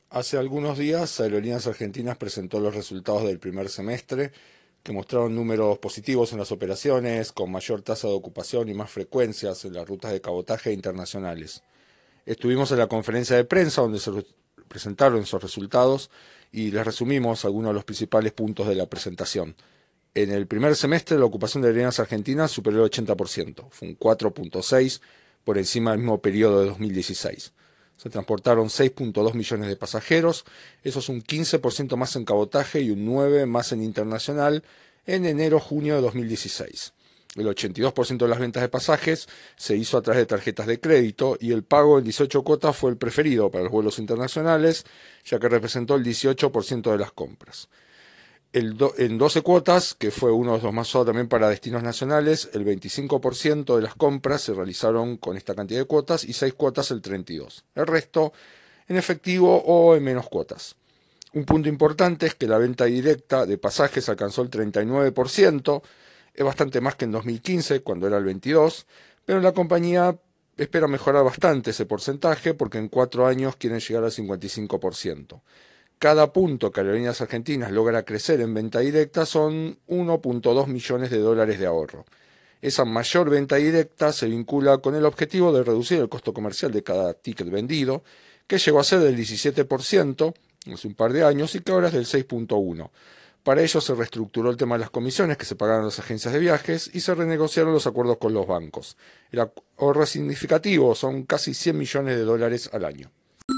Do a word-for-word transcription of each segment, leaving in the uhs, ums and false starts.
Hace algunos días, Aerolíneas Argentinas presentó los resultados del primer semestre, que mostraron números positivos en las operaciones, con mayor tasa de ocupación y más frecuencias en las rutas de cabotaje internacionales. Estuvimos en la conferencia de prensa donde se presentaron esos resultados y les resumimos algunos de los principales puntos de la presentación. En el primer semestre, la ocupación de Aerolíneas Argentinas superó el ochenta por ciento, fue un cuatro punto seis por encima del mismo periodo de dos mil dieciséis. Se transportaron seis punto dos millones de pasajeros, eso es un quince por ciento más en cabotaje y un nueve por ciento más en internacional en enero-junio de dos mil dieciséis. El ochenta y dos por ciento de las ventas de pasajes se hizo a través de tarjetas de crédito y el pago en dieciocho cuotas fue el preferido para los vuelos internacionales, ya que representó el dieciocho por ciento de las compras. El do, en doce cuotas, que fue uno de los más usados también para destinos nacionales, el veinticinco por ciento de las compras se realizaron con esta cantidad de cuotas y seis cuotas el treinta y dos por ciento. El resto en efectivo o en menos cuotas. Un punto importante es que la venta directa de pasajes alcanzó el treinta y nueve por ciento, es bastante más que en dos mil quince, cuando era el veintidós por ciento, pero la compañía espera mejorar bastante ese porcentaje porque en cuatro años quieren llegar al cincuenta y cinco por ciento. Cada punto que Aerolíneas Argentinas logra crecer en venta directa son uno punto dos millones de dólares de ahorro. Esa mayor venta directa se vincula con el objetivo de reducir el costo comercial de cada ticket vendido, que llegó a ser del diecisiete por ciento hace un par de años y que ahora es del seis punto uno por ciento. Para ello se reestructuró el tema de las comisiones que se pagaban a las agencias de viajes y se renegociaron los acuerdos con los bancos. El ahorro es significativo, son casi cien millones de dólares al año.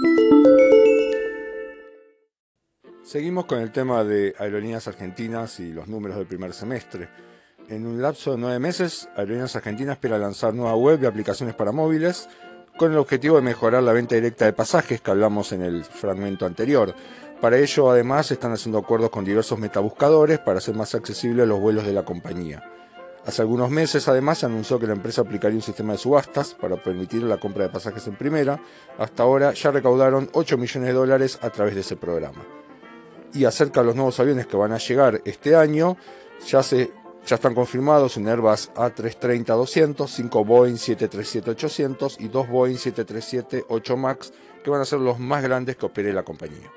Seguimos con el tema de Aerolíneas Argentinas y los números del primer semestre. En un lapso de nueve meses, Aerolíneas Argentinas espera lanzar nueva web y aplicaciones para móviles con el objetivo de mejorar la venta directa de pasajes que hablamos en el fragmento anterior. Para ello, además, están haciendo acuerdos con diversos metabuscadores para hacer más accesibles los vuelos de la compañía. Hace algunos meses, además, se anunció que la empresa aplicaría un sistema de subastas para permitir la compra de pasajes en primera. Hasta ahora ya recaudaron ocho millones de dólares a través de ese programa. Y acerca de los nuevos aviones que van a llegar este año, ya, se, ya están confirmados un Airbus A trescientos treinta doscientos, cinco Boeing siete treinta y siete ochocientos y dos Boeing siete treinta y siete ocho MAX, que van a ser los más grandes que opere la compañía.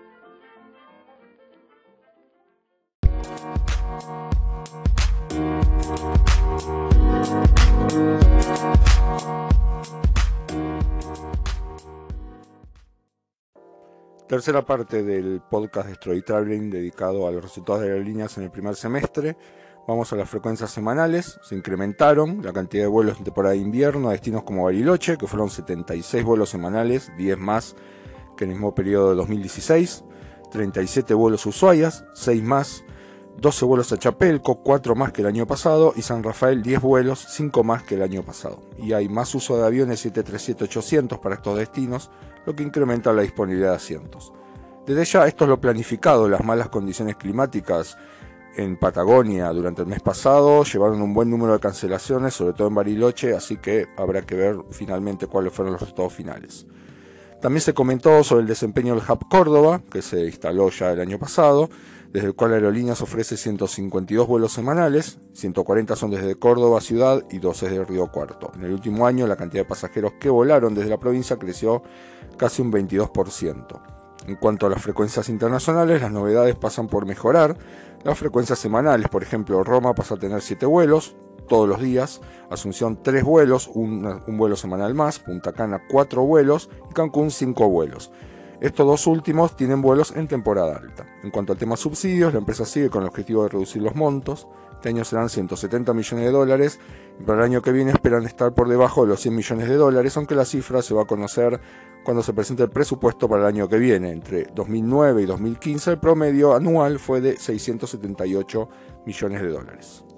Tercera parte del podcast de Story Traveling dedicado a los resultados de aerolíneas en el primer semestre. Vamos a las frecuencias semanales. Se incrementaron la cantidad de vuelos en temporada de invierno a destinos como Bariloche, que fueron setenta y seis vuelos semanales, diez más que en el mismo periodo de dos mil dieciséis, treinta y siete vuelos a Ushuaia, seis más, doce vuelos a Chapelco, cuatro más que el año pasado, y San Rafael, diez vuelos, cinco más que el año pasado. Y hay más uso de aviones siete treinta y siete ochocientos para estos destinos, lo que incrementa la disponibilidad de asientos. Desde ya, esto es lo planificado. Las malas condiciones climáticas en Patagonia durante el mes pasado llevaron un buen número de cancelaciones, sobre todo en Bariloche, así que habrá que ver finalmente cuáles fueron los resultados finales. También se comentó sobre el desempeño del Hub Córdoba, que se instaló ya el año pasado, desde el cual Aerolíneas ofrece ciento cincuenta y dos vuelos semanales, ciento cuarenta son desde Córdoba ciudad y doce desde Río Cuarto. En el último año la cantidad de pasajeros que volaron desde la provincia creció casi un veintidós por ciento. En cuanto a las frecuencias internacionales, las novedades pasan por mejorar las frecuencias semanales. Por ejemplo, Roma pasa a tener siete vuelos todos los días, Asunción tres vuelos, un, un vuelo semanal más, Punta Cana cuatro vuelos y Cancún cinco vuelos. Estos dos últimos tienen vuelos en temporada alta. En cuanto al tema subsidios, la empresa sigue con el objetivo de reducir los montos. Este año serán ciento setenta millones de dólares y para el año que viene esperan estar por debajo de los cien millones de dólares, aunque la cifra se va a conocer cuando se presente el presupuesto para el año que viene. Entre dos mil nueve y dos mil quince el promedio anual fue de seiscientos setenta y ocho millones de dólares.